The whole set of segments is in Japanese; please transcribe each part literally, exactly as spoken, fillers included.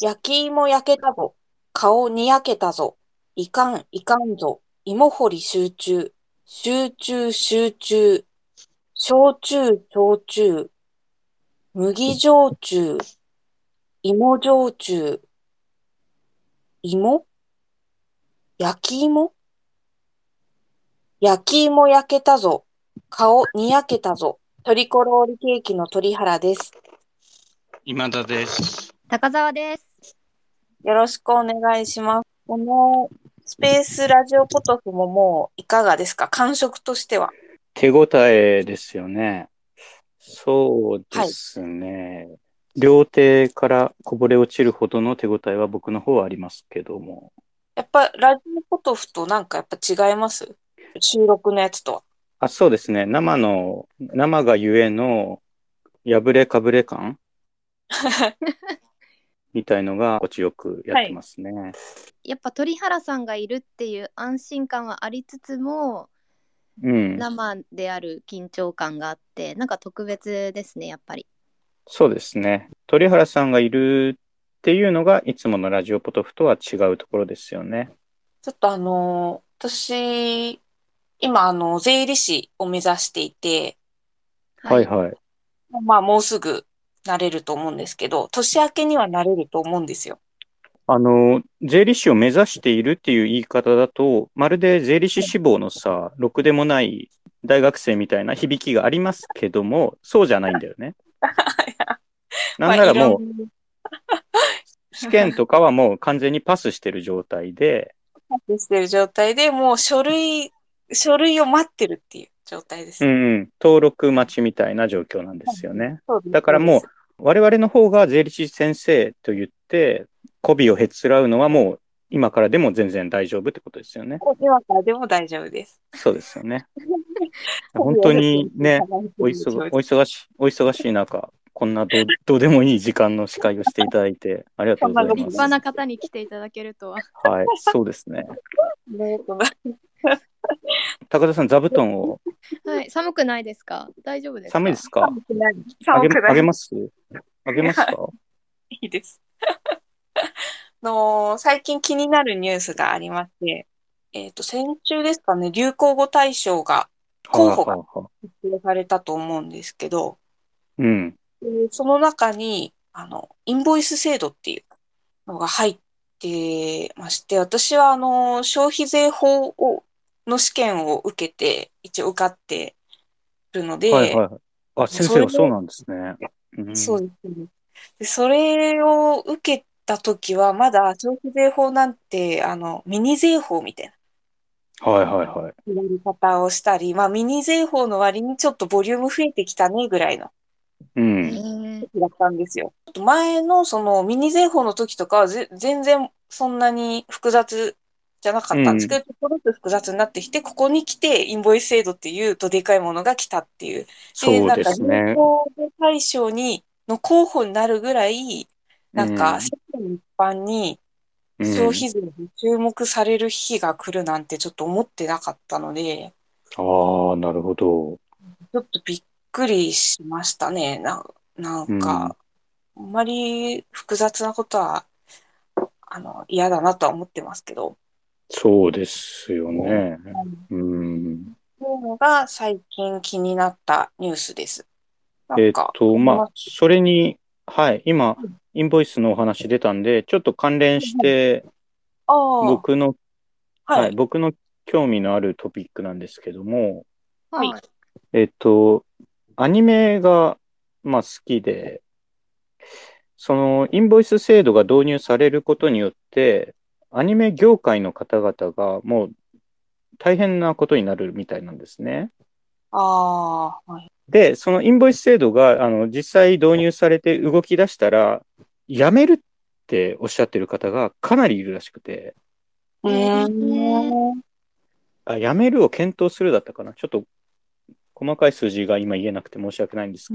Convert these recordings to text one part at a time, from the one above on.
焼き芋焼けたぞ。顔にやけたぞ。いかん、いかんぞ。芋掘り集中。集中、集中。焼酎、焼酎。麦焼酎。芋焼酎。芋焼き芋焼き芋焼けたぞ。顔にやけたぞ。トリコロールケーキの鳥原です。 今田です。 高澤です。 よろしくお願いします。このスペースラジオポトフももういかがですか？感触としては。 手応えですよね。そうではい。 すね。両手からこぼれ落ちるほどの手応えは僕の方はありますけども。 やっぱラジオポトフとなんかやっぱ違います？収録のやつとは。 あ、そうですね。生の、生がゆえの破れかぶれ感みたいのが心地よくやってはい。 ますね。 やっぱ鳥原さんがいるっていう安心感はありつつも、 うん。 生である緊張感があって、なんか特別ですね、やっぱり。 そうですね。鳥原さんがいるっていうのがいつものラジオポトフとは違うところですよね。 ちょっとあのー私、今あの、税理士を目指していて、 はい。 はいはい。 まあもうすぐなれると思うんですけど、年明けにはなれると思うんですよ。 あの、税理士を目指しているっていう言い方だと、まるで税理士志望のさ、ろくでもない大学生みたいな響きがありますけども、そうじゃないんだよね。なまあんならもう、 いろん試験とかはもう完全にパスしてる状態で、 なしてる状態で、もう書類、書類を待ってるっていう状態です。 うんうん、登録待ちみたいな状況なんですよね。 そうです、 だからもそうです。 う、我々の方が税理士先生と言って、媚びをへつらうのはもう、今からでも全然大丈夫ってことですよね。 今からでも大丈夫です。 そうですよね。本当帯を経てにね、 話してお忙、 るんでしょう。 お忙しい、お忙しい中、こんなどう、どうでもいい時間の司会をしていただいてありがとそんなうござい立ます。 派な方に来ていただけるとは。 はい、そうですね。 ね、そんな高田さん、座布団をはい。寒くないですか？大丈夫です寒いでか？ すか？ 寒くない。 あげ、 寒くない。 あげますあげますか？ いいです。の、最近気になるニュースがありまして、えっと、先週ですかね、流行語大賞が、 はあ候補がはあはあ。 発表されたと思うんですけど、 うん。 でその中に、あの、インボイス制度っていうのが入ってまして、私は、あの、消費税法を、の試験を受けて、一応受かってるので、 はいはいはい。あ、先それ生はそうなんですね。うん。 そうですね。で、それを受けたときは、まだ消費税法なんて、あの、ミニ税法みたいなはいはいはい。 やり方をしたり、まあ、ミニ税法の割にちょっとボリューム増えてきたね、ぐらいのへうん。 え。 時だったんですよ。ちょっと前のそのミニ税法の時とかはぜ全然そんなに複雑じゃなかうん。 ったんですけど、ちょっとずつ複雑になってきて、ここに来てインボイス制度っていうとでかいものが来たっていう。で、 そうでなんか流すね。 行語大賞に、の候補になるぐらい、 うなんかん。 世間一般にうん。 消費税に注目される日が来るなんてちょっと思ってなかったので、 ああ、なるほど。 ちょっとびっくりしましたね。な、なんうん。 か、あんまり複雑なことは、あの、嫌だなとは思ってますけど。 そうですよね。 うん。 うん。 そういうのが最近気になったニュースです。なんえっか、 と、まあ、 あります？ それに、はい、今、 うん。 インボイスのお話出たんで、ちょっと関連しうん。 て、 ああ、 僕の、はい、 はい。 僕の興味のあるトピックなんですけども、 はい。 はい。 えっと、アニメが、まあ、好きで、そのインボイス制度が導入されることによって、アニメ業界の方々がもう大変なことになるみたいなんですね。 ああ、はい。 で、そのインボイス制度があの実際導入されて動き出したら、やめるっておっしゃってる方がかなりいるらしくて、 うへーえ。 ん。 あ、やめるを検討するだったかな。ちょっと細かい数字が今言えなくて申し訳ないんですうん。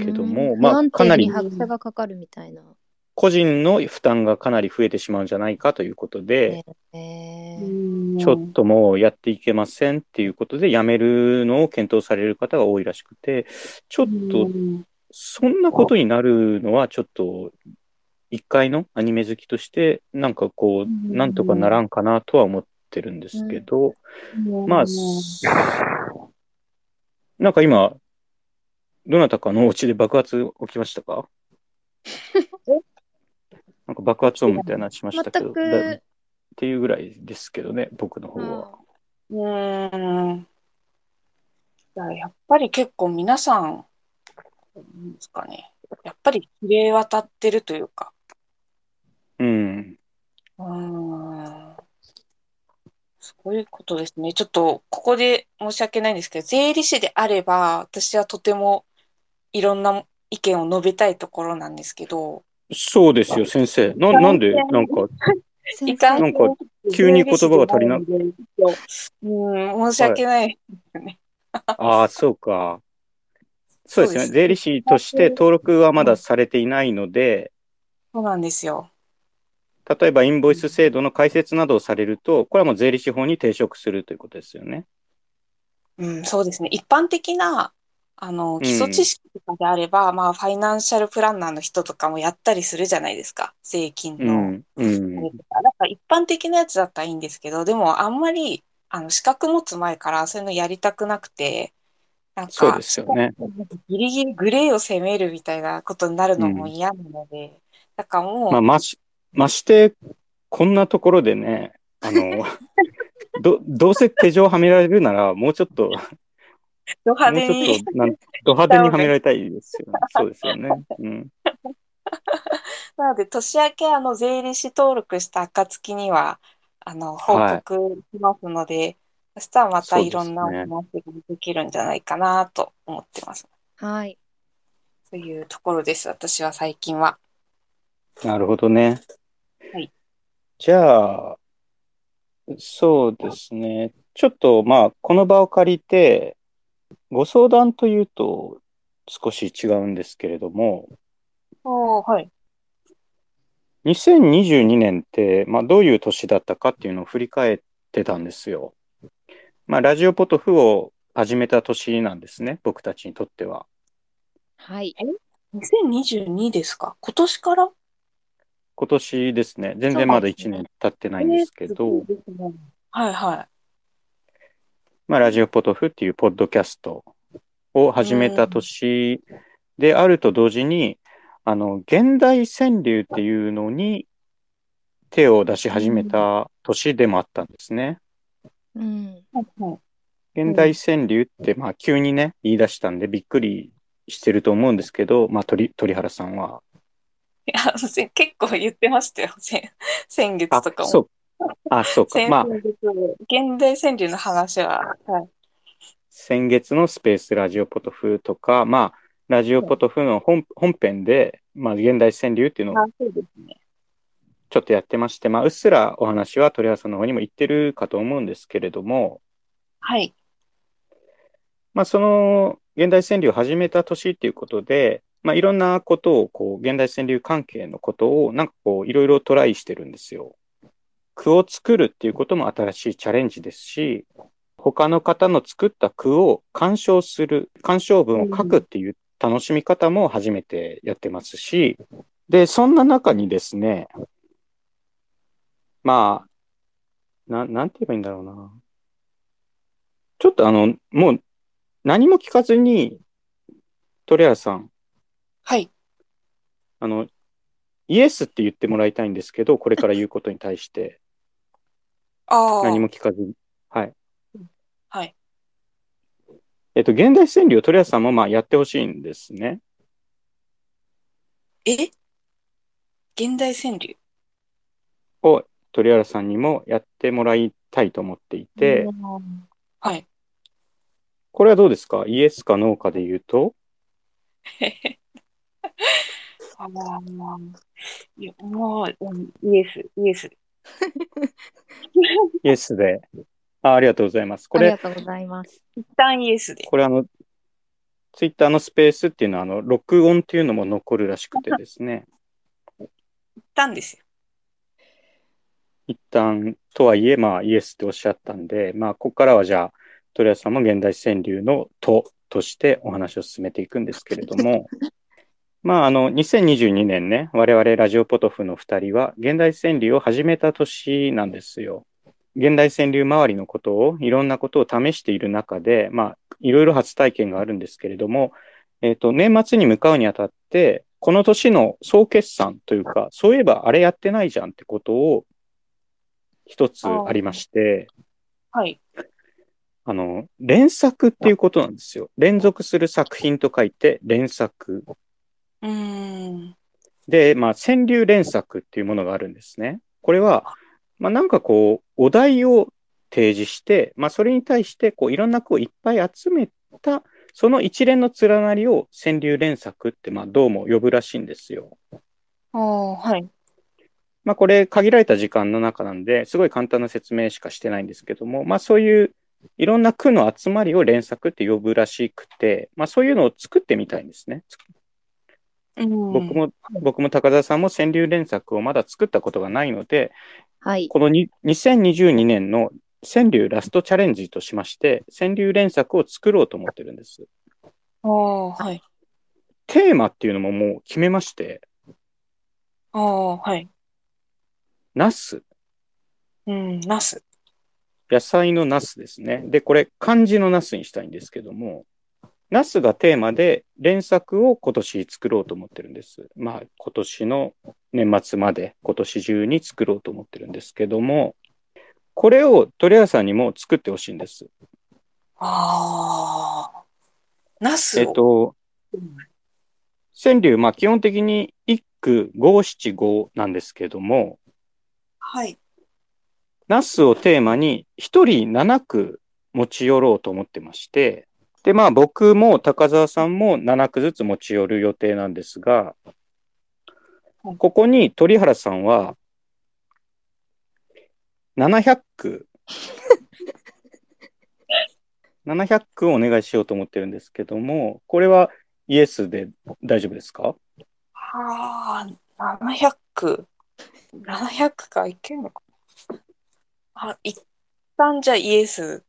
けども、まあ、 不安定かなりに拍車がかかるみたいな。 個人の負担がかなり増えてしまうんじゃないかということで、 へうえ。 ちょっーん。 ともうやっていけませんっていうことで、やめるのを検討される方が多いらしくて、ちょうっとーん。 そんなことになるのはちょっと一階のアニメ好きとして、なんかこう、なんとかならんかなとは思ってるんですけど、まあ、なんか今、どなたかのお家で爆発起きましたか？なんか爆発音みたいなのしましたけど、 全だっく、 ていうぐらいですけどね、僕の方は。 うーん。いや、やっぱり結構皆さん、なんですかね。やっぱり綺麗渡ってるというか。 うん。 うーん。そういうことですね。ちょっと、ここで申し訳ないんですけど、税理士であれば、私はとてもいろんな意見を述べたいところなんですけど、 そうですよ、先生。な、なん男で、なん性か、 い先生。 かんせんなんか、急に言税理士で葉が足りな、 ないので、ちょっと、うん、申しはい。 訳ないですね。 ああ、そうか。そうですね。 そうです。 税理士として登録はまだされていないので、 そうなんですよ。 例えばインボイス制度の解説などをされると、これはもう税理士法に抵触するということですよね。 うん、そうですね。一般的な、あの、基礎知うん。 識とかであれば、まあ、ファイナンシャルプランナーの人とかもやったりするじゃないですか。税金の。 うん。うん。 あれとか。だから一般的なやつだったらいいんですけど、でもあんまり、あの、資格持つ前からそういうのやりたくなくて、なんそうでか、しかすよね。 ギリギリグレーを攻めるみたいなことになるのもうん。 嫌なので、だからまあ、 もまし、まして、こんなところでね、あの、ど、どうせ手錠はめられるなら、もうちょっと、 う、ド派手にもうちょっと、なん、ド行っ派手た方がいい。 にはめられたいですよね。そうですよね。うん。 なので、年明け、あの、税理士登録した暁には、あの、報はい。 告しますので、そしたらまたそういろんなおですね。 話ができるんじゃないかなと思ってます。 はい。 というところです、私は最近は。 なるほどね。 はい。 じゃあ、そうですね。ちょっと、まあ、この場を借りて、ご相談というと少し違うんですけれども、 おー、はい。 にせんにじゅうにねんって、まあ、どういう年だったかっていうのを振り返ってたんですよ。まあ、ラジオポトフを始めた年なんですね、僕たちにとっては。 はい。 え にせんにじゅうに ですか？今年から？ 今年ですね、全そう然まだ1 なんですね。 年経ってなえー、 いんですけすごいど、 ですね。はいはまあ、ラジオポトフっていうポッドキャストをい。う始めたーん。 年であると同時に、あの、現代川柳っていうのに手を出し始めうん。 た年でもあったんですね。 うん。 はいはい。う現代ん。 川柳って、まあ、急にね、言い出したんでびっくりしてると思うんですけど、まあ、鳥、鳥原さんは。 いや、せ結構言ってましたよ。先、先月あ、 とかも。 そう、あ、そうか。 先まあ、 々月、現代川柳の話は、はい。 先月のスペースラジオポトフとか、まあ、ラジオポトフの本、本編で、まあ、現代川柳っていうのをあ、そうですね。 ちょっとやってまして、まあ、うっすらお話は鳥原さんの方にも言ってるかと思うんですけれども、 はい。 まあ、その現代川柳を始めた年っていうことで、まあ、いろんなことを、こう、現代川柳関係のことを、なんかこう、いろいろトライしてるんですよ。句を作るっていうことも新しいチャレンジですし、他の方の作った句を鑑賞する、鑑賞文を書くうん。 っていう楽しみ方も初めてやってますし、で、そんな中にですね、まあ、な、なんて言えばいいんだろうな。ちょっとあの、もう何も聞かずに、鳥原さん、 はい。 あの、イエスって言ってもらいたいんですけど、これから言うことに対して、何ああ、 も聞かずに。はい。 はい。 えっと、現代川柳を鳥原さんもまあやってほしいんですね。 え現代川柳。 を鳥原さんにもやってもらいたいと思っていて、 うん。はい。 これはどうですか？イエスかノーかで言うと？ ああ、いや、もう、うんイエス、イエス。 イエスで。あ、ありがとうございます。これ、 ありがとうございます。 一旦イエスで。 これあの、ツイッターのスペースっていうのは、あの、録音っていうのも残るらしくてですね、 一旦ですよ。 一旦とはいえ、まあ、イエスっておっしゃったんで、まあ、ここからはじゃあ、鳥谷さんも現代川柳のととしてお話を進めていくんですけれども、 まあ、あの、にせんにじゅうにねんね、我々ラジオポトフのふたりは、現代川柳を始めた年なんですよ。現代川柳周りのことを、いろんなことを試している中で、まあ、いろいろ初体験があるんですけれども、えっと、年末に向かうにあたって、この年の総決算というか、そういえばあれやってないじゃんってことを一あつありまー、 して、 はい。 あの、連作っていうことなんですよ。連続する作品と書いて連作。 うーん。 で、まあ、川柳連作っていうものがあるんですね。これは、まあ、なんかこう、お題を提示して、まあ、それに対して、こう、いろんな句をいっぱい集めた、その一連の連なりを川柳連作って、まあ、どうも呼ぶらしいんですよ。 ああ、はい。 まあ、これ、限られた時間の中なんで、すごい簡単な説明しかしてないんですけども、まあ、そういう、いろんな句の集まりを連作って呼ぶらしくて、まあ、そういうのを作ってみたいんですね。 うん。 僕も、僕も高田さんも川柳連作をまだ作ったことがないので、 はい。 このににせんにじゅうにねんの川柳ラストチャレンジとしまして、川柳連作を作ろうと思ってるんです。 ああ、はい。 テーマっていうのももう決めまして、 ああ、はい。 ナス、 うん、ナス。 野菜のナスですね。で、これ漢字のナスにしたいんですけども、ナスがテーマで連作を今年作ろうと思ってるんです。まあ今年の年末まで今年中に作ろうと思ってるんですけども、これを鳥谷さんにも作ってほしいんです。 ああ、ナスえっを。 と、 うん、 川柳、まあ基本的に一句五七五なんですけども、 はい。 ナスをテーマに一人七句持ち寄ろうと思ってまして、で、まあ僕も高澤さんも七句ずつ持ち寄る予定なんですが、 はい。 ここに鳥原さんはななひゃく句、ななひゃく句をお願いしようと思ってるんですけども、これはイエスで大丈夫ですか？ はあ、ななひゃく。ななひゃくかいけるのか。あ、一旦じゃあイエス。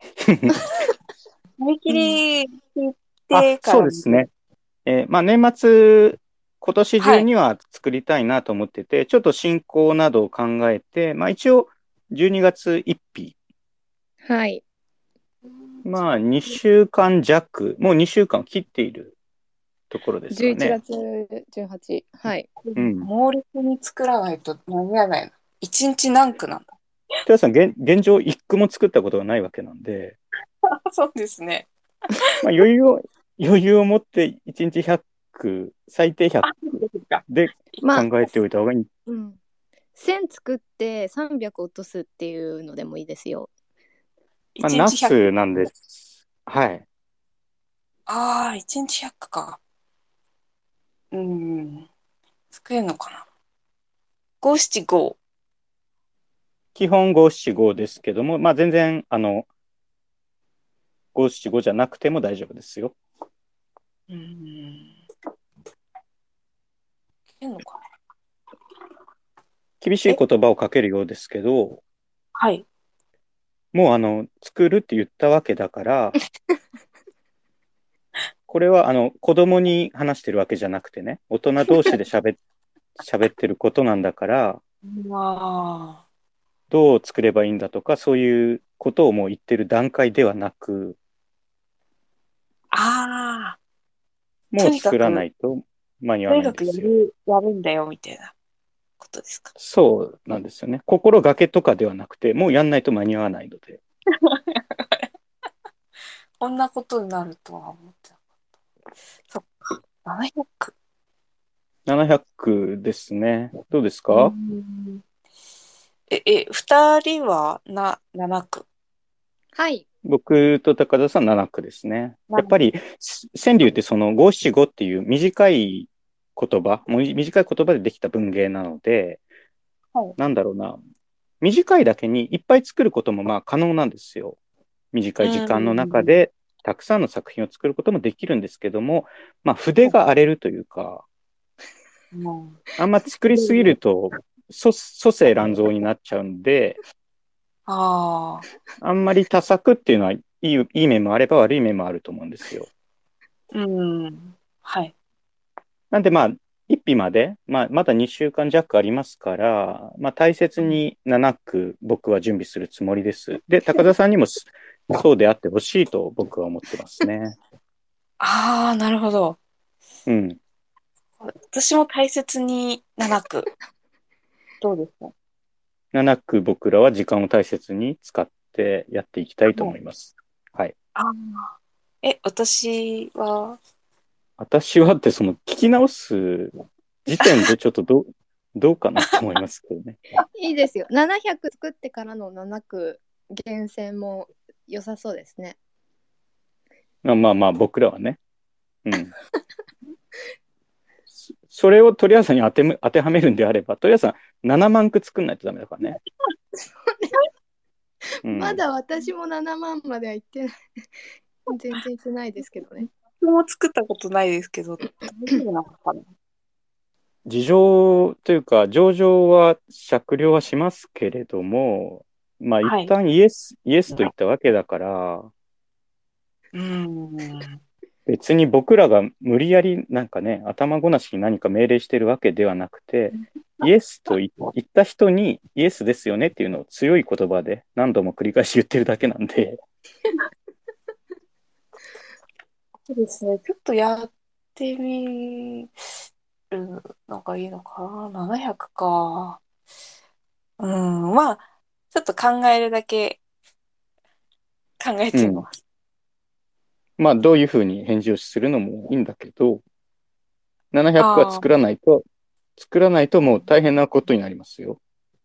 思い切うんり聞いあ、 てからに。 そうですね。えーまあ、年末、今年はい。 中には作りたいなと思ってて、ちょっと進行などを考えて、まあ、一応、じゅうにがつついたち、 はい。 まあ、にしゅうかん弱、もうにしゅうかんを切っているところです 11 かね。 月じゅうはち。はい。 うん。 猛烈に作らないと間に合わないな。一日何区なんだ。 寺さん、現、現状、一句も作ったことがないわけなんで、 そうですね。 まあ、余裕を、余裕を持っていちにちひゃっく、最低あ、 ひゃっそうですか。 でまあ、 考えておいた方がいい。 うん。せん作ってさんびゃく落とすっていうのでもいいですよ。 まあ、 一日ひゃく。 ナスなんです。はい。 ああ、一日ひゃくか。うん。作れるのかな。五七五。 基本五七五ですけども、まあ、全然、あの、五七五じゃなくても大丈夫ですよ。 うん。作れるのかな。え、 厳しい言葉をかけるようですけど、 はい。 もうあの、作るって言ったわけだから、これはあの、子供に話してるわけじゃなくてね、大人同士で喋っ、喋ってることなんだから、 まあ。 どう作ればいいんだとか、そういうことをもう言ってる段階ではなく、 ああ、ともう作らなにかく、 いと間に合わないんとにかですよ。 くやる、やるんだよ、みたいなことですか。 そうなんですよね。心がけとかではなくて、もうやんないと間に合わないので。 こんなことになるとは思ってなかった。そっか。ななひゃく。 ななひゃくですね。どうですうか？ ん。え、え、二人はな、なな区。 はい。 僕と高田さんなな区ですね。やっぱり、 なな区。 す川柳ってその五七五っていう短い言葉、もう短い言葉でできた文芸なので、 はい。 なんだろうな、短いだけにいっぱい作ることもまあ可能なんですよ。短い時う間の中ん。 でたくさんの作品を作ることもできるんですけども、まあ筆が荒れるというか、 うん。 あんま作りすぎると、そ粗製乱造になっちゃうんで、 ああ。 あんまり多作っていうのはいい、いい面もあれば悪い面もあると思うんですよ。 うん。はい。 なんでまあ、いっぴまで、まあ、まだにしゅうかん弱ありますから、まあ、大切になな句僕は準備するつもりです。で、高田さんにもすそうであってほしいと僕は思ってますね。 ああ、なるほど。 うん。 私も大切になな句。どうですか？ なな句僕らは時間を大切に使ってやっていきたいとはい。 思います。はい。 ああ、え、私は、 私はってその聞き直す時点でちょっとどう、どうかなと思いますけどね。 いいですよ。ななひゃく作ってからのなな句厳選も良さそうですね。 まあまあまあ僕らはね。うん。そそれを鳥谷さんに当てむ当てはめるんであれば、鳥谷さんななまん句作んないとダメだからね。うん。 まだ私もななまんまでは行ってない。全然行ってないですけどね。 僕も作ったことないですけど、大丈夫なのかな？ 事情というか、上場は酌量はしますけれども、まあ一はい。 旦イエス、イエスと言ったわけだから、 うーん。 別に僕らが無理やりなんかね、頭ごなしに何か命令してるわけではなくて、イエスと言った人にイエスですよねっていうのを強い言葉で何度も繰り返し言ってるだけなんで、 そうですね。ちょっとやってみるのがいいのかな。ななひゃくか。うん。まあ、ちょっと考えるだけ考えうん。 てみます。 まあどういうふうに返事をするのもいいんだけど、ななひゃくはああ、 作らないと、作らないともう大変なことになりますよ。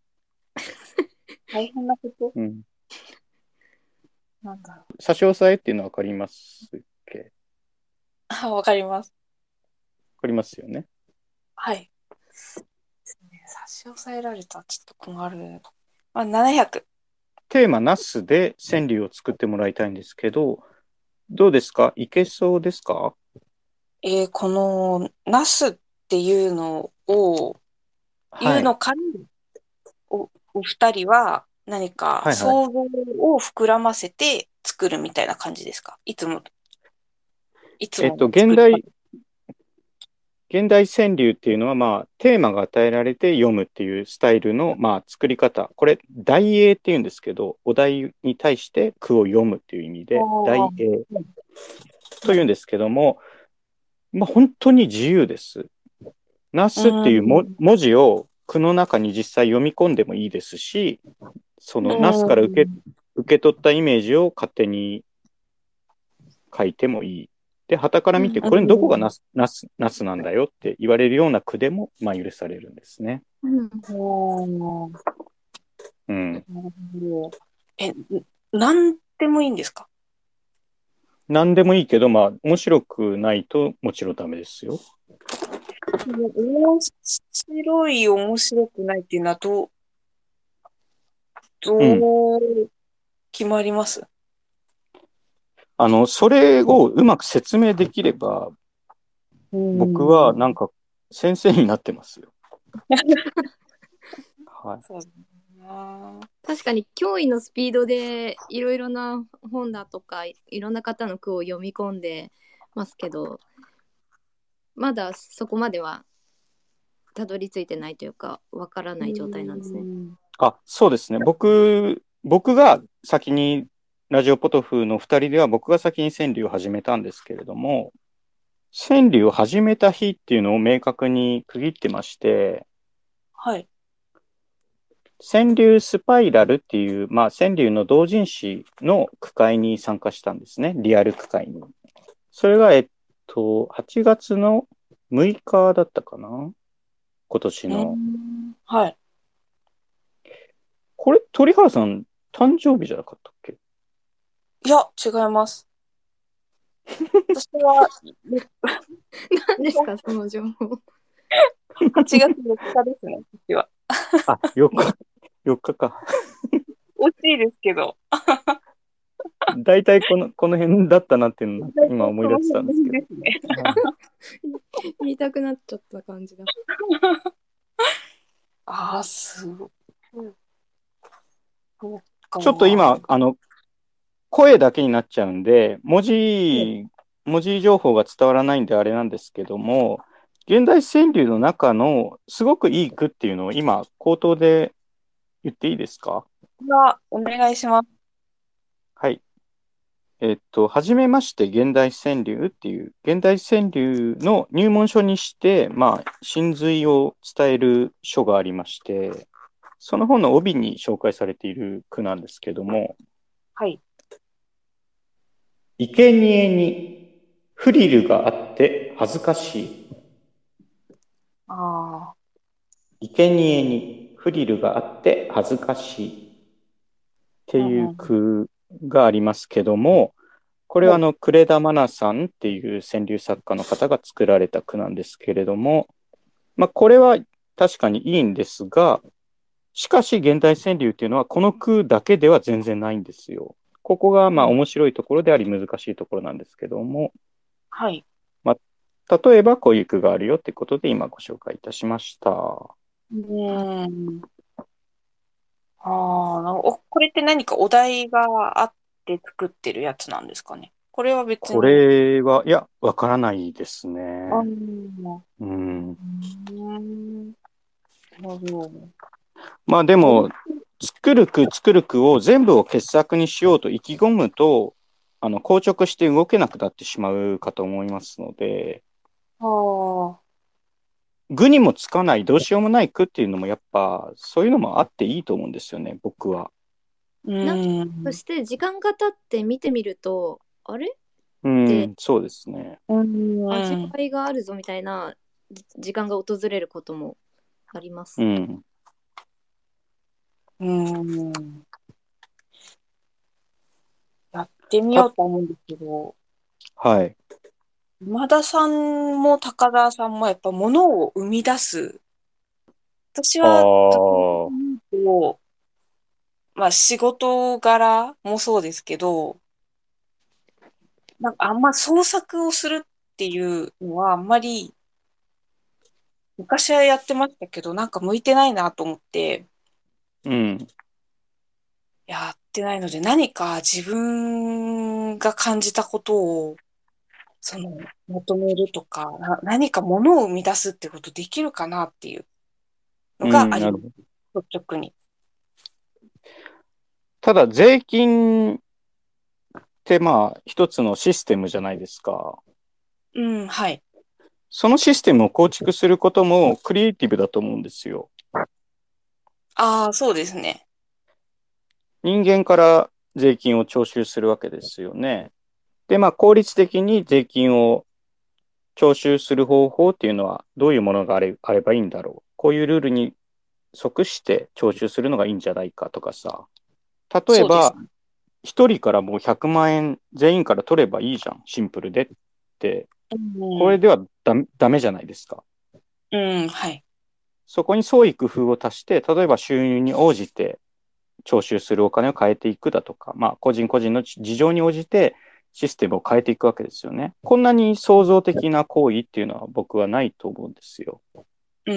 大変なことうん。 なんだろう。 差し押さえっていうのはわかりますっけ？わあ、わかります。 かりますよね。 はい。ですね、差し押さえられたらちょっと困る。まあ、ななひゃく。 テーマなしで川柳を作ってもらいたいんですけど、どうですか？いけそうですか？ えーこの、ナスっていうのを、言はい。 うのかに、お、お二人は何かはいはい。 想像を膨らませて作るみたいな感じですか？いつも、いつえっと、 もの作り方。 現代、現代川柳っていうのは、まあ、テーマが与えられて読むっていうスタイルの、まあ、作り方。これ、題詠っていうんですけど、お題に対して句を読むっていう意味あで、 あ、 題詠とはい。 いうんですけども、まあ、本当に自由です。なうすっていうもん。 文字を句の中に実際読み込んでもいいですし、そうのなすから受け、 ん。 受け取ったイメージを勝手に書いてもいい。で、傍から見て、 うんこれどこがうん。 ナス、ナス、ナスなんだよって言われるような句でも、まあ、許されるんですね。 うん。 うん。 うん。 なるほど。え、んなんでもいいんですか？ 何でもいいけど、まあ、面白くないともちろんダメですよ。 面白い、面白くないっていうのはどう、 うん。 どう決まります？ あの、それをうまく説明できれば、 う僕はん。 なんか先生になってますよ。はい。 そうだな。 確かに驚異のスピードでいろいろな本だとかいろんな方の句を読み込んでますけど、まだそこまではたどり着いてないというかわからうない状態なんですね。 ん。 あ、そうですね。僕、僕が先に、ラジオポトフの二人では僕が先に川柳を始めたんですけれども、川柳を始めた日っていうのを明確に区切ってまして、 はい。 川柳スパイラルっていう、まあ、川柳の同人誌の句会に参加したんですね。リアル句会に。それが、えっと、はちがつのむいかだったかな、今年うの。 ん。はい。 これ、鳥原さん、誕生日じゃなかったっけ？ いや、違います。私は、 何ですかその情報。 はちがつよっかですね、私は。 あ、よっか、よっかか。 惜しいですけど。 大体この、この辺だったなっていうのを大体今思い出しその辺てたんですけど。 ですね。 はい、 言いたくなっちゃった感じだ。 ああ、すごい。そうちょっと今、 か。 あの、声だけになっちゃうんで、文うん。 字、文字情報が伝わらないんであれなんですけども、 現代川柳の中のすごくいい句っていうのを今、口頭で言っていいですか？ は、お願いします。 はい。えっと、はじめまして現代川柳っていう、現代川柳の入門書にして、まあ、真髄を伝える書がありまして、その本の帯に紹介されている句なんですけども、 はい。 生贄にフリルがあって恥ずかしい。 ああ。 生贄にフリルがあって恥ずかしいっていう句がありますけども、これはあの呉田愛菜さんっていう川柳作家の方が作られた句なんですけれども、まあ、これは確かにいいんですが、しかし現代川柳っていうのはこの句だけでは全然ないんですよ。ここがまあ面白いところであり難しいところなんですけども、 はい。 まあ、例えばこういう句があるよってことで今ご紹介いたしました。 うーん。ああ、なお、これって何かお題があって作ってるやつなんですかね。これは別こに。 れは、いや、わからないですね。 あーうん。 うーん。なるほど。 まあでも、作る句作る句を全部を傑作にしようと意気込むと、あの硬直して動けなくなってしまうかと思いますので、 ああ、 具にもつかないどうしようもない句っていうのもやっぱそういうのもあっていいと思うんですよね、僕は。 うなんかーそん。 して時間が経って見てみると、あれうでん、そうですね。 う味ーん。 わいがあるぞみたいなじ時間が訪れることもあります。 うん。 うーん。やってみよた、 うと思うんですけど、 はい。 今田さんも高田さんもやっぱ物を生み出す。私あは、どちらかとあ、 いうと、まあ仕事柄もそうですけど、なんかあんま創作をするっていうのはあんまり昔はやってましたけど、なんか向いてないなと思ってうん。 やってないので、何か自分が感じたことをその求めるとか、な何か物を生み出すってことできるかなっていうのうん、 があります。 なるほど。 率直に。 ただ、税金ってまあ一つのシステムじゃないですか。 うん、はい。 そのシステムを構築することもクリエイティブだと思うんですよ。 ああ、そうですね。 人間から税金を徴収するわけですよね。で、まあ効率的に税金を徴収する方法っていうのはどういうものがあれ、あればいいんだろう。こういうルールに即して徴収するのがいいんじゃないかとかさ。例えば、 そうですね。 一人からもうひゃくまん円全員から取ればいいじゃん。シンプルでって。 うん、 これではダメ、ダメじゃないですか。 うん、はい。 そこに創意工夫を足して、例えば収入に応じて徴収するお金を変えていくだとか、まあ、個人個人の事情に応じてシステムを変えていくわけですよね。こんなに創造的な行為っていうのは僕はないと思うんですよ。 うん、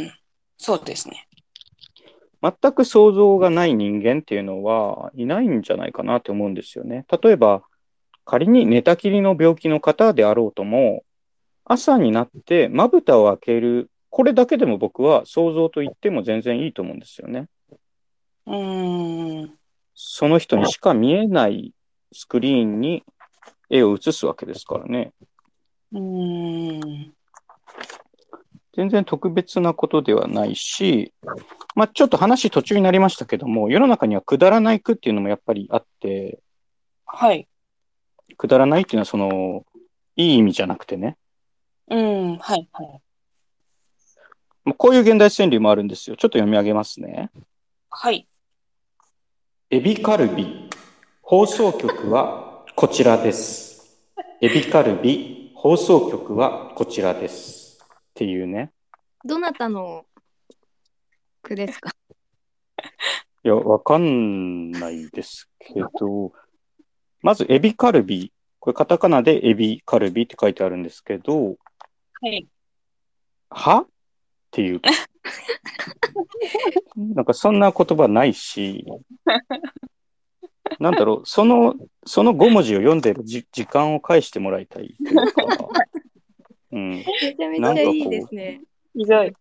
そうですね。 全く想像がない人間っていうのはいないんじゃないかなって思うんですよね。例えば、仮に寝たきりの病気の方であろうとも、朝になってまぶたを開ける、これだけでも僕は想像と言っても全然いいと思うんですよね。 うん、 その人にしか見えないスクリーンに絵を映すわけですからね。 うん、 全然特別なことではないし、まあ、ちょっと話途中になりましたけども、世の中にはくだらない句っていうのもやっぱりあって、 はい。 くだらないっていうのはその、いい意味じゃなくてね。 うん、はい、はい。 こういう現代川柳もあるんですよ。ちょっと読み上げますね。 はい。 エビカルビ、放送局はこちらです。エビカルビ、放送局はこちらです。っていうね。 どなたの句ですか？ いや、わかんないですけど、まずエビカルビ、これカタカナでエビカルビって書いてあるんですけど、 はい。 はっていう、なんかそんな言葉ないし、なんだろう、その、そのご文字を読んでるじ時間を返してもらいたいというか、ううん。 めちゃめなんかこちゃいいですね。 ひどい。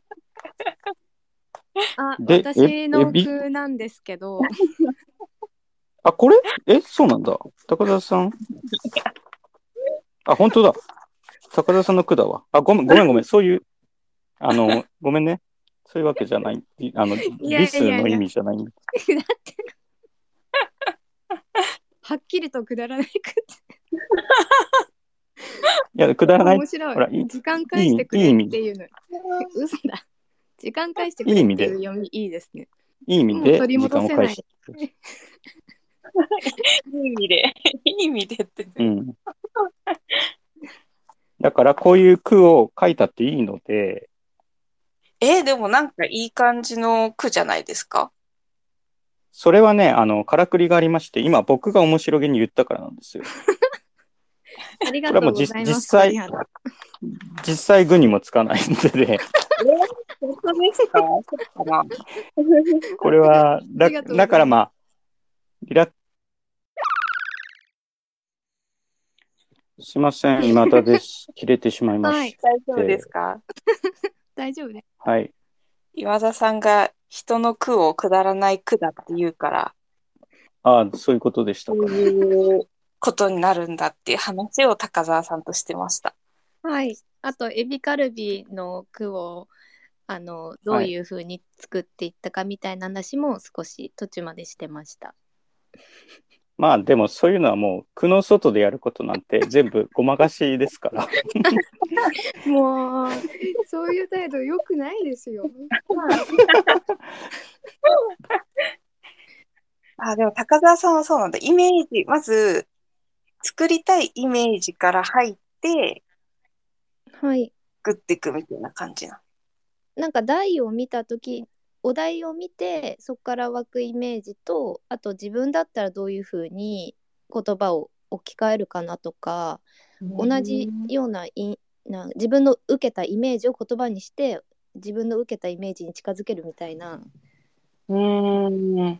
あ、 う、で、え、 私エのビ、 句なんですけど、 あ、これえ、そうなんだ。高田さん。あ、本当だ。高田さんの句だわ。あ、ごめん、ごめん、ごめん。そういう、あの、ごめんね。そういうわけじゃない。いあの、 いやリスの意いやいや、 味じゃないんだ。 だってはっきりとくだらない句っていや、くだらない。 面白い。 ほら、いい、 時間いい意味、 返してくれっいい意味、 ていうの。嘘だ。時間返してくいい意味で、 れっていう読みいいですね。 いい意味もう取りで時戻せない。 間を返して。 いい意味で、いい意味でって。 うん。だから、こういう句を書いたっていいので、 えーでもなんかいい感じの句じゃないですか？ それはね、あの、からくりがありまして、今僕が面白げに言ったからなんですよ。 ありがとうごこれはもうじざいます。 実際鳥、肌実際具にもつかないので、 えー本当ですか？そうかな。 これは、 あだ、 りがとうございます。 だからまあ、リラックスしません。今田です。切れてしまいまはいし大丈夫ですて。 か？ 大丈夫です。 はい。 岩田さんが人の句をくだらない句だって言うから、 ああ、そういうことでしたそうかね。 いうことになるんだっていう話を高澤さんとしてました。 はい。あと、エビカルビの句を、あの、どうはい。 いうふうに作っていったかみたいな話も少し途中までしてました。 まあ、でもそういうのはもう、句の外でやることなんて全部ごまかしですから。 もう、そういう態度良くないですよ。 あ、でも高澤さんはそうなんだ。イメージ、まず作りたいイメージから入ってはい。 作っていくみたいな感じな。 なんか題を見たとき、お題を見て、そこから湧くイメージと、あと自分だったらどういうふうに言葉を置き換えるかなとか、同じようないな自分の受けたイメージを言葉にして自分の受けたイメージに近づけるみたいな。 うーん。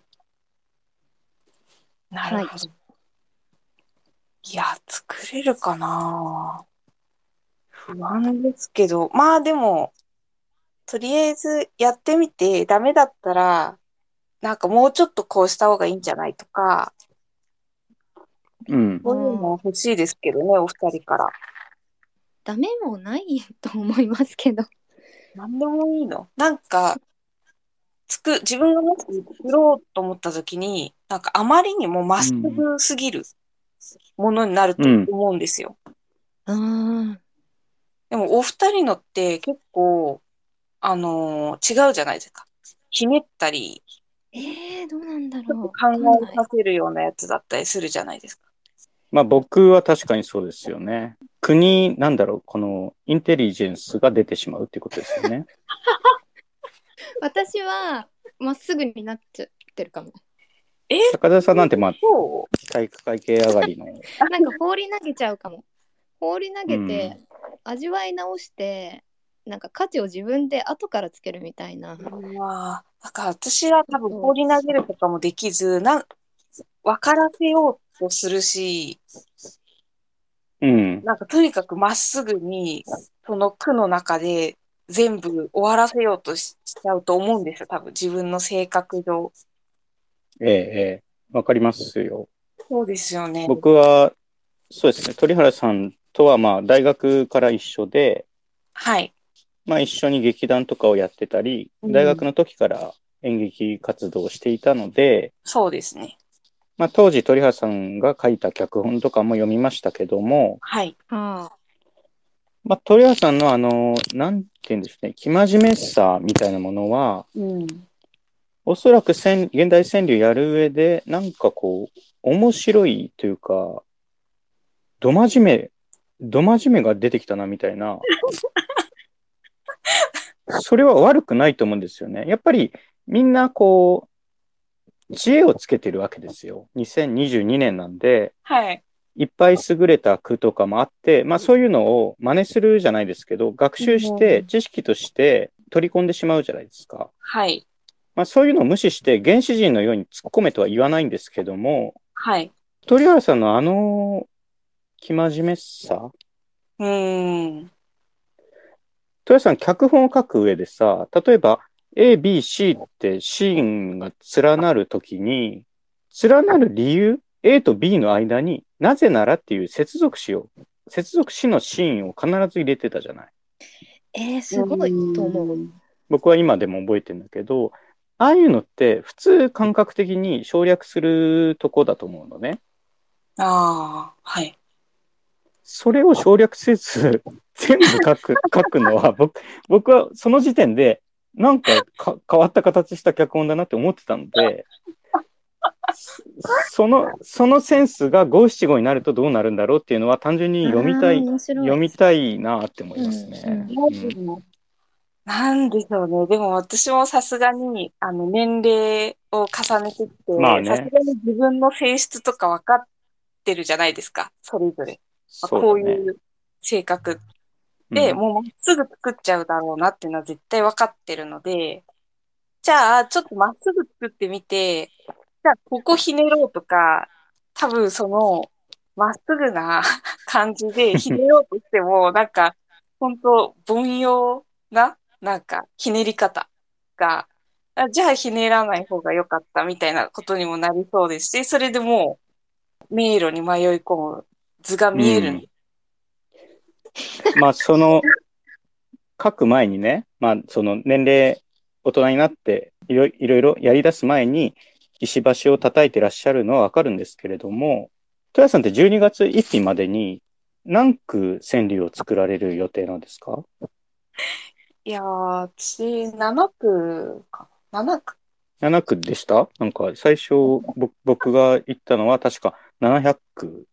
なるはい。 ほど。いや、作れるかな。不安ですけど、まあでも、とりあえずやってみて、ダメだったら、なんかもうちょっとこうした方がいいんじゃないとか、 うん。 そういうの欲しいですけどね、お二人から。 ダメもないと思いますけど。 なんでもいいの。なんか、つく、自分がもし作ろうと思った時に、なんかあまりにもまっすうん。 ぐすぎるものになるとうん。 思うんですよ。 ああ。 でもお二人のって結構、あのー違うじゃないですか。ひねったり、 えー、どうなんだちょっとろう。わ考かんない。 えさせるようなやつだったりするじゃないですか。 まあ僕は確かにそうですよね。国、なんだろう、このインテリジェンスが出てしまうっていうことですよね。 私はまっすぐになっちゃってるかも。 え高田さんなんてまあそ体育会系上がりの。 なんか放り投げちゃうかも。放り投うげてん。 味わい直してなんか価値を自分で後からつけるみたいな。 う。まあ、だから私は多分そう放り投げるとかもできず、なん、分からせようとするし、 うん。 なんかとにかくまっすぐに、その句の中で全部終わらせようとし、しちゃうと思うんですよ。多分自分の性格上。 ええ、ええ。わかりますよ。 そうですよね。 僕は、そうですね。鳥原さんとはまあ大学から一緒で、 はい。 まあ一緒に劇団とかをやってたり、 うん。 大学の時から演劇活動をしていたので、 そうですね。 まあ当時鳥原さんが書いた脚本とかも読みましたけども、 はい。 はあ。 まあ鳥原さんのあの、なんて言うんですね、生真面目さみたいなものは、 うん。 おそらく川現代川柳やる上で、なんかこう、面白いというか、ど真面目、ど真面目が出てきたなみたいな、それは悪くないと思うんですよね。やっぱりみんなこう、知恵をつけてるわけですよ。にせんにじゅうにねんなんで、 はい。 いっぱい優れた句とかもあって、まあそういうのを真似するじゃないですけど、学習してうん。 知識として取り込んでしまうじゃないですか。 はい。 まあそういうのを無視して原始人のように突っ込めとは言わないんですけども、 はい。 鳥原さんのあの生真面目さ、 うん。 豊さん、脚本を書く上でさ、例えば A、B、C ってシーンが連なるときに、連なる理由、A と B の間になぜならっていう接続詞を、接続詞のシーンを必ず入れてたじゃない。 えー、すごいと思う。 僕は今でも覚えてるんだけど、ああいうのって普通感覚的に省略するとこだと思うのね。 ああ、はい。 それを省略せず、全部書く、書くのは僕、僕はその時点で、なんかか変わった形した脚本だなって思ってたので、その、そのセンスが五七五になるとどうなるんだろうっていうのは単純に読みたい、 面白い読みたいなって思いますね。 うんうん、 なんでしょうね。でも私もさすがに、あの、年齢を重ねてきて、さすまあね、 がに自分の性質とか分かってるじゃないですか。それぞれ。まあ、 そうだね。 こういう性格で、 うん。 もうまっすぐ作っちゃうだろうなっていうのは絶対分かってるので、じゃあ、ちょっとまっすぐ作ってみて、じゃあ、ここひねろうとか、多分その、まっすぐな感じでひねろうとしても、なんか、本当凡庸な、なんか、ひねり方が、あじゃあひねらない方が良かったみたいなことにもなりそうですし、それでもう、迷路に迷い込む図がう見えるんでん。まあ、その、書く前にね、まあ、その年齢、大人になっていろいろいろやり出す前に、石橋を叩いてらっしゃるのはわかるんですけれども、豊さんってじゅうにがつついたちまでに何区川柳を作られる予定なんですか？ いやー、私、なな区かな。なな区。 なな区でした？なんか最初ぼ僕が言ったのは確かななひゃく区。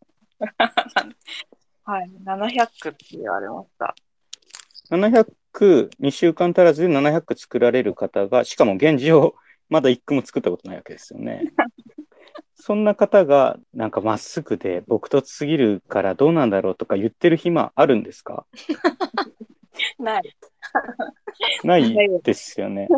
はい、ななひゃく区って言われました。 ななひゃく区、にしゅうかん足らずでななひゃく区作られる方が、しかも現状まだいっ区も作ったことないわけですよね。そんな方が、なんかまっすぐで、僕とすぎるからどうなんだろうとか言ってる暇あるんですか？ ない。 ないないよ。 ですよね。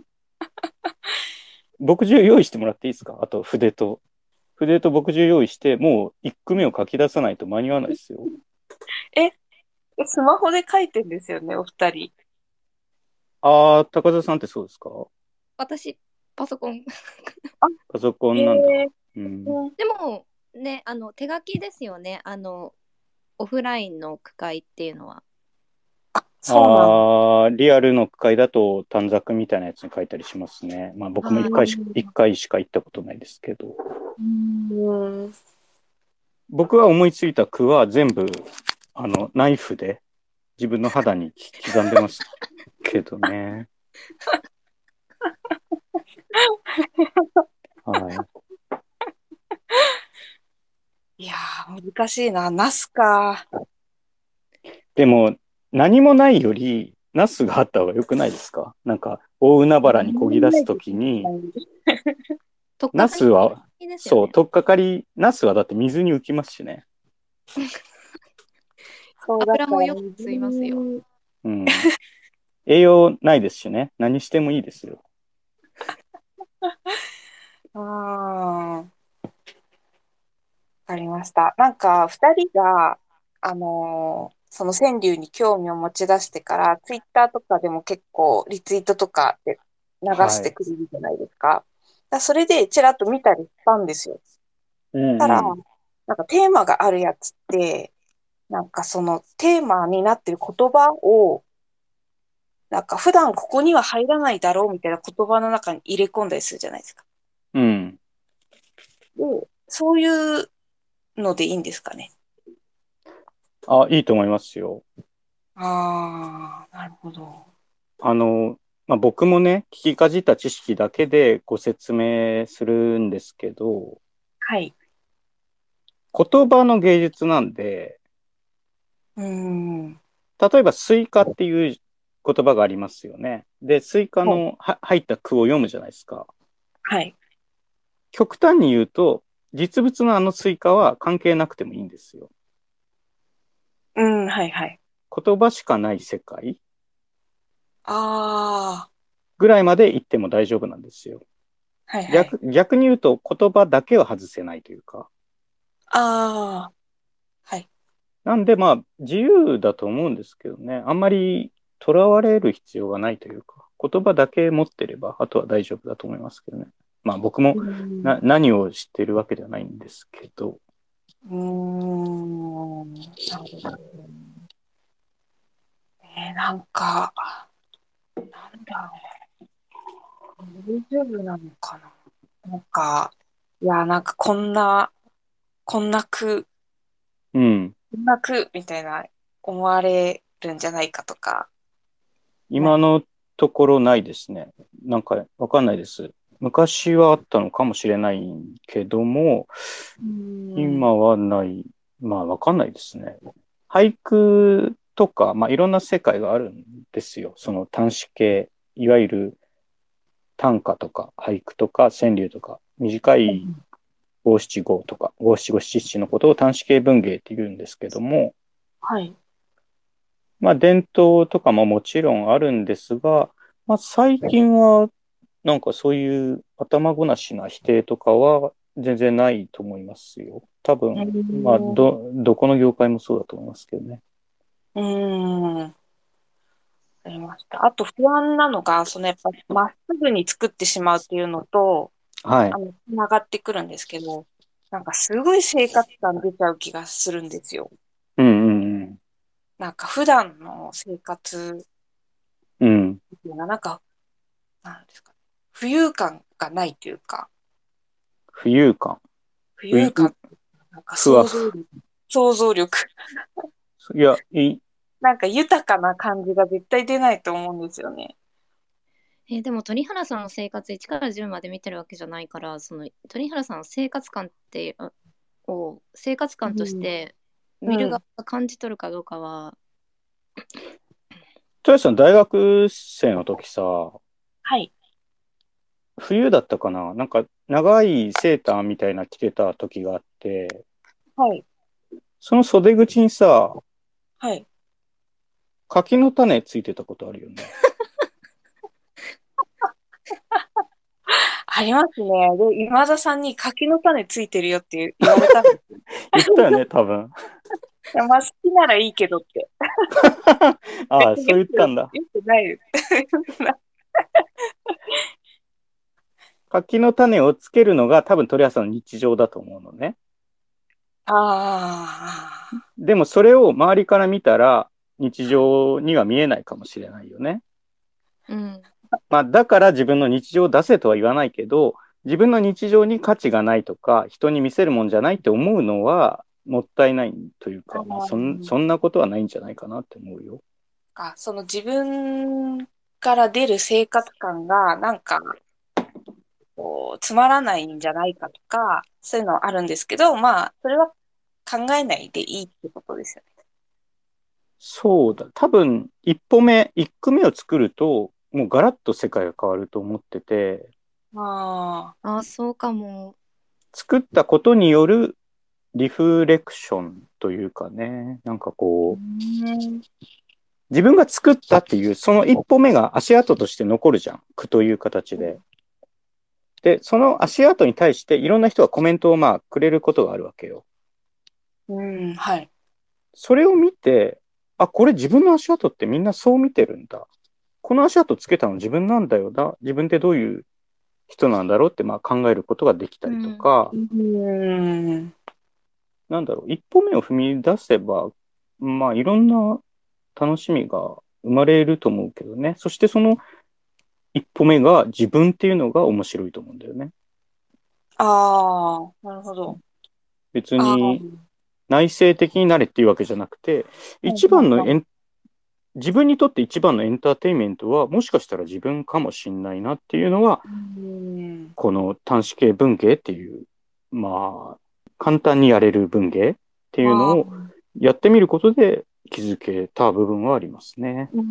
僕中用意してもらっていいですか？あと筆と。筆と僕中用意して、もういっ区目を書き出さないと間に合わないですよ。 え、スマホで書いてんですよね、お二人。 あー、高田さんってそうですか？ 私、パソコン。 あ、 パソコへンなんだ。 えうん。 ー、 でも、ね、あの、手書きですよね。あの、オフラインの区会っていうのは。 あ、そうなんだ。 あー、リアルの区会だと短冊みたいなやつに書いたりしますね。まあ僕もあー一回し、一回しか行ったことないですけど。 うん。 僕が思いついた句は全部、あの、ナイフで自分の肌に刻んでますけどね。はい。 いやー、難しいな。ナスか。 でも、何もないより、ナスがあった方が良くないですか？なんか、大海原に漕ぎ出すときに、ナとっかかりスは、そう、 ですよね。 とっかかり、ナスはだって水に浮きますしね。 そうだから油もよく吸いますよ。 水うん。栄養ないですしね。何してもいいですよ。 ああ、わかりました。なんか、二人が、あのーその川柳に興味を持ち出してから、ツイッターとかでも結構リツイートとかで流してはい。 くれるじゃないですか。だからそれでちらっと見たりしたんですよ。たら、 うんうん。 なんかテーマがあるやつって、なんかそのテーマになってる言葉を、なんか普段ここには入らないだろうみたいな言葉の中に入れ込んだりするじゃないですか。 うん。 で、そういうのでいいんですかね。 あ、いいと思いますよ。 ああ、なるほど。 あの、まあ、僕もね、聞きかじった知識だけでご説明するんですけど、 はい。 言葉の芸術なんで、 うーん。 例えばスイカっていう言葉がありますよね。で、スイカはい。 のは入った句を読むじゃないですか。 はい。 極端に言うと、実物のあのスイカは関係なくてもいいんですよ。 うん、はい、はい。 言葉しかない世界ああ、 ぐらいまで言っても大丈夫なんですよ。 はい、はい。 逆、逆に言うと言葉だけは外せないというか。 ああ、はい。 なんでまあ自由だと思うんですけどね。あんまりとらわれる必要がないというか、言葉だけ持ってれば、あとは大丈夫だと思いますけどね。まあ僕もうんな何を知っているわけではないんですけど、 うーん。なるほどね。なんか、なんだろう。大丈夫なのかな。なんか、いや、なんかこんな、こんな句、 うん。 こんな句みたいな思われるんじゃないかとか、ない。 今のところないですね。なんかわかんないです。昔はあったのかもしれないけども、 うーん。 今はない。まあわかんないですね。俳句とか、まあいろんな世界があるんですよ。その短詩系、いわゆる短歌とか俳句とか川柳とか、短い五七五とか、五七五七七のことを短詩系文芸って言うんですけども、 はい。 まあ伝統とかももちろんあるんですが、まあ最近はなんかそういう頭ごなしな否定とかは全然ないと思いますよ。多うー分、まあん。 ど、どこの業界もそうだと思いますけどね。 うーん。ありました。あと不安なのが、そのやっぱまっすぐに作ってしまうっていうのと、 はい。 あの、つながってくるんですけど、なんかすごい生活感出ちゃう気がするんですよ。 うんうんなんか普段の生活うん。うん。 っていうのは、なんか、なんですかね。浮遊感がないというか、 浮遊感。 浮うい、 遊感、なんかふわふ。 想像力、想像力、 いや、い、 なんか豊かな感じが絶対出ないと思うんですよね。 えーでも鳥原さんの生活いちからじゅうまで見てるわけじゃないから、その鳥原さんの生活感ってあを生活感としうん。 て見る側うん。 が感じ取るかどうかは。 トヨさん大学生の時さ、 はい。 冬だったかな、なんか長いセーターみたいな着てた時があって、 はい。 その袖口にさ、 はい。 柿の種ついてたことあるよね。 ありますね。で、今田さんに柿の種ついてるよって言われたんですよ。 言ったよね、多分。 いやまあ好きならいいけどって。 ああ、 別にそう言ったよく、 んだ。 よくないです。 柿の種をつけるのが多分鳥羽さんの日常だと思うのね。 あでもそれを周りから見たら日常には見えないかもしれないよね。 うん。 まあだから自分の日常を出せとは言わないけど、自分の日常に価値がないとか、人に見せるもんじゃないって思うのはもったいないというあ、あか、まあそん、 ーそんなことはないんじゃないかなって思うよ。 あ、その自分から出る生活感が、なんか、こう、つまらないんじゃないかとか、そういうのあるんですけど、まあ、それは考えないでいいってことですよね。 そうだ。多分一歩目、一句目を作ると、もうガラッと世界が変わると思ってて、 ああ、そうかも。 作ったことによるリフレクションというかね、なんかあ、うこう、 ん。 自分が作ったっていう、その一歩目が足跡として残るじゃん。句という形で。で、その足跡に対していろんな人がコメントをまあくれることがあるわけよ。 うん、はい。 それを見て、あ、これ自分の足跡ってみんなそう見てるんだ。この足跡つけたの自分なんだよな。自分ってどういう人なんだろうってまあ考えることができたりとうん。 か、 うん。 なんだろう、一歩目を踏み出せば、まあいろんな楽しみが生まれると思うけどね。そしてその一歩目が自分っていうのが面白いと思うんだよね。 ああ、なるほど。 別ああ、はに内省的になれっていうわけじゃなくて、 い一番のはいはい。 エン、自分にとって一番のエンターテインメントはもしかしたら自分かもしんないなっていうのは、 うん。 この短視系文芸っていう、まあ、簡単にやれる文芸っていうのああ、 をやってみることで気づけた部分はありますね。 うん、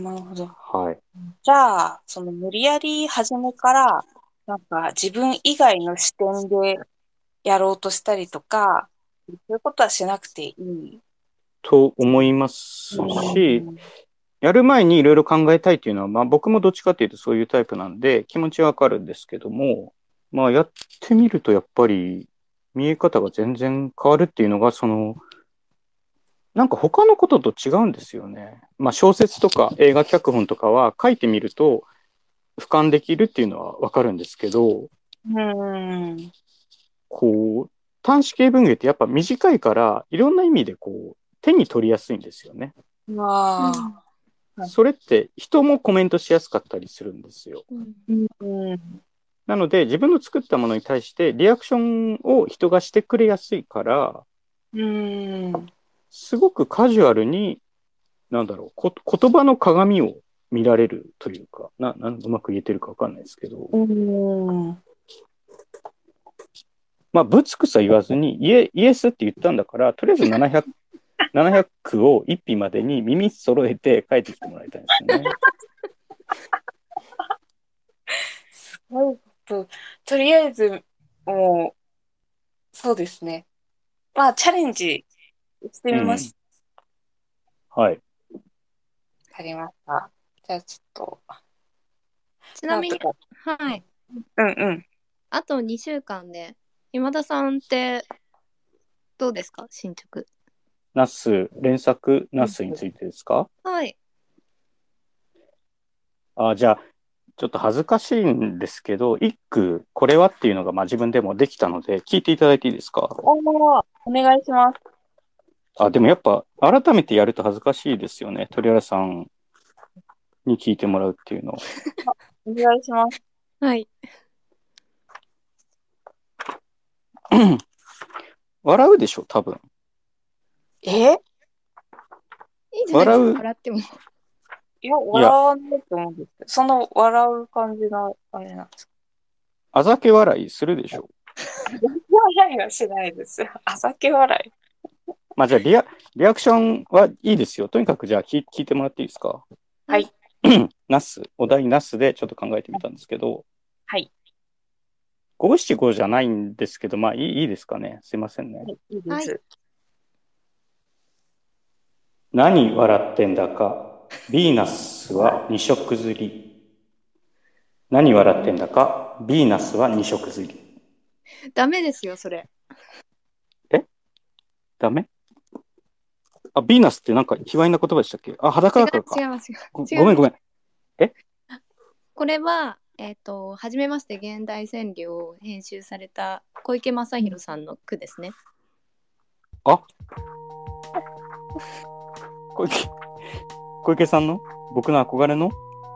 なるほど。 はい。 じゃあ、その無理やり初めから、なんか自分以外の視点でやろうとしたりとか、そういうことはしなくていい。 と思いますうし、 ん。 やる前にいろいろ考えたいっていうのは、まあ僕もどっちかっていうとそういうタイプなんで気持ちわかるんですけども、まあやってみるとやっぱり見え方が全然変わるっていうのがそのなんか他のことと違うんですよね。まあ小説とか映画脚本とかは書いてみると俯瞰できるっていうのはわかるんですけど、 うん。 こう、短視系文芸ってやっぱ短いからいろんな意味でこう手に取りやすいんですよね。 まうんあ。はい。 それって人もコメントしやすかったりするんですよ。 うんうん。 なので自分の作ったものに対してリアクションを人がしてくれやすいから、 うん。 すごくカジュアルに、なんだろう、こ言葉の鏡を見られるというか、な、なんうまく言えてるかわかんないですけど、 うん。 まあ、ぶつくさ言わずにイエ、イエスって言ったんだから、とりあえずななひゃく、ななひゃく句をいっぴまでに耳揃えて書いてきてもらいたいんですよね。 すごいこと。とりあえず、もう、そうですね。まあ、チャレンジしてうん。 みます。 はい。 わかりました。じゃあ、ちょっと、 ちなみに、 なんとか。 はい。 うんうん。 あとにしゅうかんで、今田さんってどうですか、進捗。 ナス、連作ナスについてですか？ はい。 あ、じゃあ、ちょっと恥ずかしいんですけど、一句、これはっていうのがまあ自分でもできたので、聞いていただいていいですか？ おー、お願いします。 あ、でもやっぱ、改めてやると恥ずかしいですよね。鳥原さんに聞いてもらうっていうの。 あ、お願いします。 はい。 笑うでしょ、多分。 えいいじゃないですか、 笑う。 笑っても。 いや、 いや、 笑わないと思うんですけど、その笑う感じがあれなんですか？ あざけ笑いするでしょ。 あざけ笑いはしないです。あざけ笑い。 まあじゃあリア、リアクションはいいですよ。とにかくじゃあ聞聞いてもらっていいですか？ はい。 ナス、お題ナスでちょっと考えてみたんですけど、 はい。 五七五じゃないんですけど、まあいいいいですかね。すいませんね。 はい、いいではい。 す。 何笑ってんだか、ヴィーナスは二色釣り。何笑ってんだか、ヴィーナスは二色釣り。 ダメですよ、それ。 えダメ？あ、ヴィーナスってなんか卑猥な言葉でしたっけ？あ、裸違う、 だからか。 違います。違ご、 う、違います。 ごめんごめん。えこれは、えっ、と、はじめまして現代川柳を編集された小池正弘さんの句ですね。 あ、小池、小池さんの僕の憧れの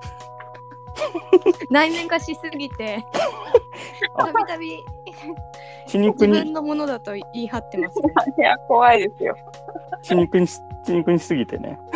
内面化しすぎて、たびたび血肉に、 自分のものだと言い張ってますね。 いや、怖いですよ。 血肉にし、血肉にしすぎてね。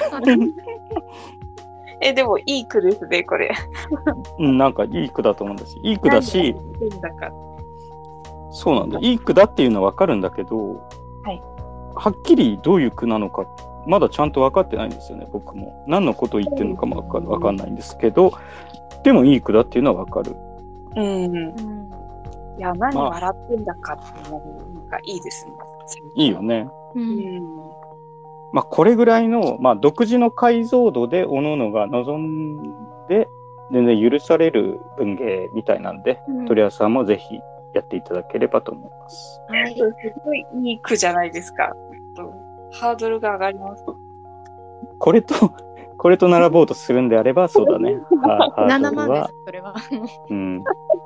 え、でもいい句ですね、これ。 うん、なんかいい句だと思うんだし、いい句だし、 何だか。 そうなんだ。いい句だっていうのはわかるんだけど、 はい。 はっきりどういう句なのか、まだちゃんと分かってないんですよね、僕も。何のことを言ってるのかもわかわかんないんですけど、でもいい句だっていうのはわかる。 うん。 うんいや、何まあ笑ってんだかっていうのが、なんかいいですね。 いいよね。 ううんん。 まあ、これぐらいの、まあ、独自の解像度で、各々が望んで、全然許される文芸みたいなんで、 うん鳥谷さんもぜひやっていただければと思います。 はい。 すごいいい句じゃないですか。ハードルが上がります。 これと、これと並ぼうとするんであれば、そうだね。ハハー 7 ドルは万です、、それは。 うん。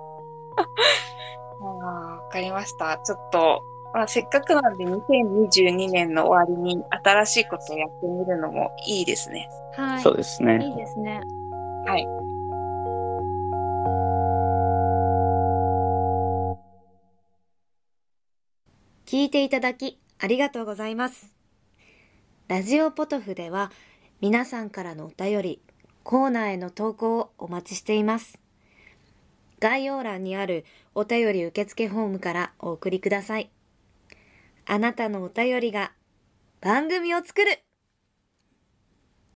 ああ、わかりました。ちょっと、まあ、せっかくなんでにせんにじゅうにねんの終わりに新しいことをやってみるのもいいですね。 はい。 そうですいね。 いですね。 はい。 聞いていただきありがとうございます。ラジオポトフでは皆さんからのお便り、コーナーへの投稿をお待ちしています。概要欄にあるお便り受付フォームからお送りください。あなたのお便りが番組を作る